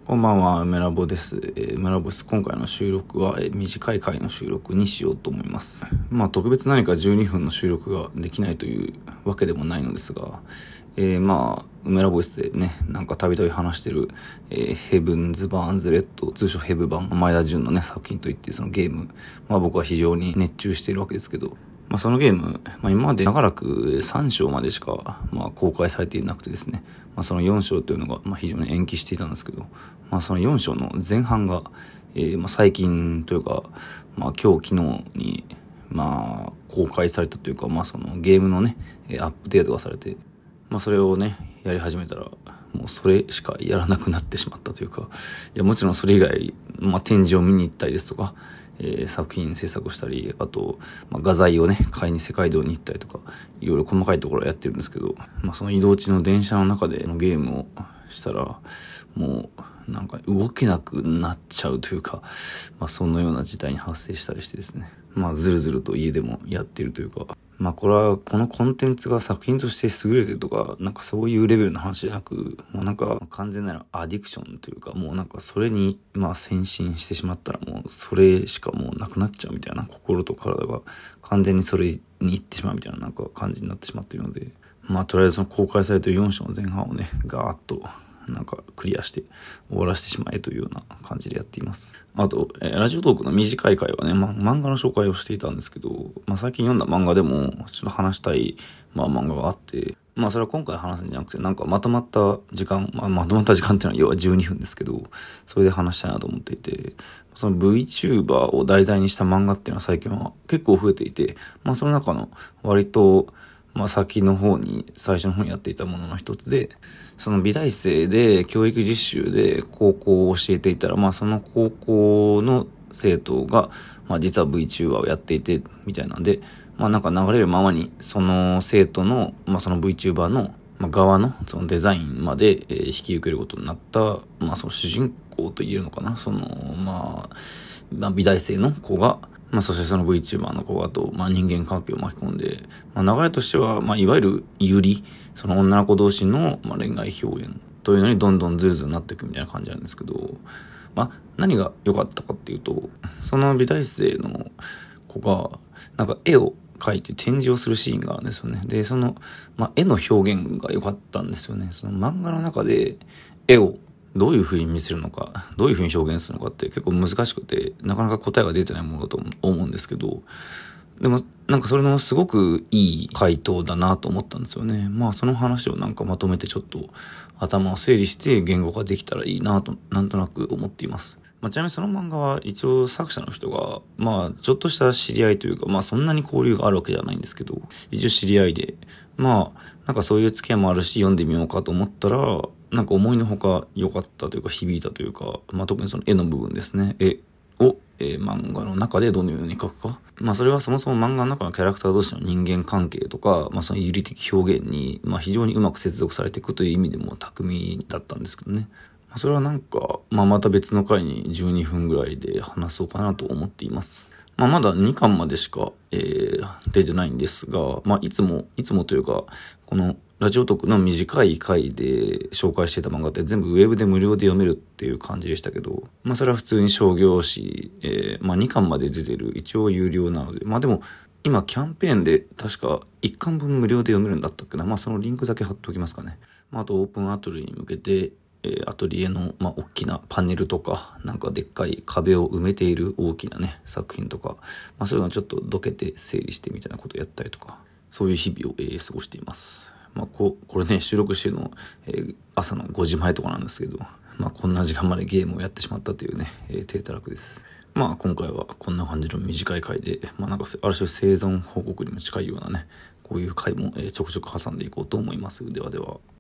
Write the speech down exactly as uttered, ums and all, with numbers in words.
こんばんは、メラボです。えー、メラボです。今回の収録は、えー、短い回の収録にしようと思います。まあ、特別何かじゅうにふんの収録ができないというわけでもないのですが、えー、まあ、メラボイスでね、なんかたびたび話してる、えー、ヘブンズ・バーンズ・レッド、通称ヘブ版、前田純のね、作品といってそのゲーム、まあ僕は非常に熱中しているわけですけど、まあ、そのゲーム、まあ、今まで長らくさん章までしか、まあ、公開されていなくてですね、まあ、そのよん章というのが、まあ、非常に延期していたんですけど、まあ、そのよん章の前半が、えー、まあ最近というか、まあ、今日昨日に、まあ、公開されたというか、まあ、そのゲームのね、アップデートがされて、まあ、それをね、やり始めたら、もうそれしかやらなくなってしまったというか、いや、もちろんそれ以外、まあ、展示を見に行ったりですとか、えー、作品制作をしたり、あと、まあ、画材をね、買いに世界道に行ったりとか、いろいろ細かいところをやってるんですけど、まあ、その移動中の電車の中でのゲームをしたら、もう、なんか動けなくなっちゃうというか、まあ、そのような事態に発生したりしてですね、まあ、ずるずると家でもやっているというか、まあこれはこのコンテンツが作品として優れてるとか、なんかそういうレベルの話じゃなく、もうなんか完全なるアディクションというか、もうなんかそれにまあ先進してしまったらもうそれしかもうなくなっちゃうみたいな、心と体が完全にそれに行ってしまうみたいななんか感じになってしまっているので、まあとりあえずその公開されているよん章の前半をね、ガーッとなんかクリアして終わらせてしまえというような感じでやっています。あと、えー、ラジオトークの短い回はね、ま、漫画の紹介をしていたんですけど、まあ、最近読んだ漫画でもちょっと話したい、まあ、漫画があって、まあそれは今回話すんじゃなくて、なんかまとまった時間、まあまとまった時間っていうのは要はじゅうにふんですけど、それで話したいなと思っていて、その VTuber を題材にした漫画っていうのは最近は結構増えていて、まあその中の割と、まあ先の方に、最初の方にやっていたものの一つで、その美大生で教育実習で高校を教えていたら、まあその高校の生徒が、まあ実は VTuber をやっていて、みたいなんで、まあなんか流れるままに、その生徒の、まあその VTuber の、まあ、側のそのデザインまで、えー、引き受けることになった、まあその主人公と言えるのかな、その、まあ、まあ美大生の子が、まあそしてその VTuber の子がと、まあ人間関係を巻き込んで、まあ流れとしては、まあいわゆるユリ、その女の子同士の、まあ、恋愛表現というのにどんどんズルズルなっていくみたいな感じなんですけど、まあ何が良かったかっていうと、その美大生の子が、なんか絵を描いて展示をするシーンがあるんですよね。で、その、まあ絵の表現が良かったんですよね。その漫画の中で絵をどういう風に見せるのか、どういう風に表現するのかって結構難しくて、なかなか答えが出てないものだと思うんですけど、でもなんかそれのすごくいい回答だなと思ったんですよね。まあその話をなんかまとめてちょっと頭を整理して言語化できたらいいなとなんとなく思っています。まあ、ちなみにその漫画は一応作者の人がまあちょっとした知り合いというか、まあそんなに交流があるわけじゃないんですけど、一応知り合いで、まあなんかそういう付き合いもあるし読んでみようかと思ったら、なんか思いのほか良かったというか響いたというか、まあ特にその絵の部分ですね。絵を、えー、漫画の中でどのように描くか。まあそれはそもそも漫画の中のキャラクター同士の人間関係とか、まあその有利的表現に、まあ非常にうまく接続されていくという意味でも巧みだったんですけどね。まあ、それはなんか、まあまた別の回にじゅうにふんぐらいで話そうかなと思っています。まあまだにかんまでしか、えー、出てないんですが、まあいつも、いつもというか、このラジオトークの短い回で紹介していた漫画って全部ウェブで無料で読めるっていう感じでしたけど、まあそれは普通に商業誌、えー、まあにかんまで出てる一応有料なので、まあでも今キャンペーンで確かいっかんぶん無料で読めるんだったっけな。まあそのリンクだけ貼っておきますかね。まああとオープンアトリエに向けて、えー、アトリエの、まあ、大きなパネルとか、なんかでっかい壁を埋めている大きなね、作品とか、まあそういうのをちょっとどけて整理してみたいなことをやったりとか、そういう日々を、えー、過ごしています。まあこ、これね、収録してるの、えー、朝のごじまえとかなんですけど、まあこんな時間までゲームをやってしまったというね、えー、低たらくです。まあ今回はこんな感じの短い回で、まあなんかある種生存報告にも近いようなね、こういう回も、えー、ちょくちょく挟んでいこうと思います。ではでは。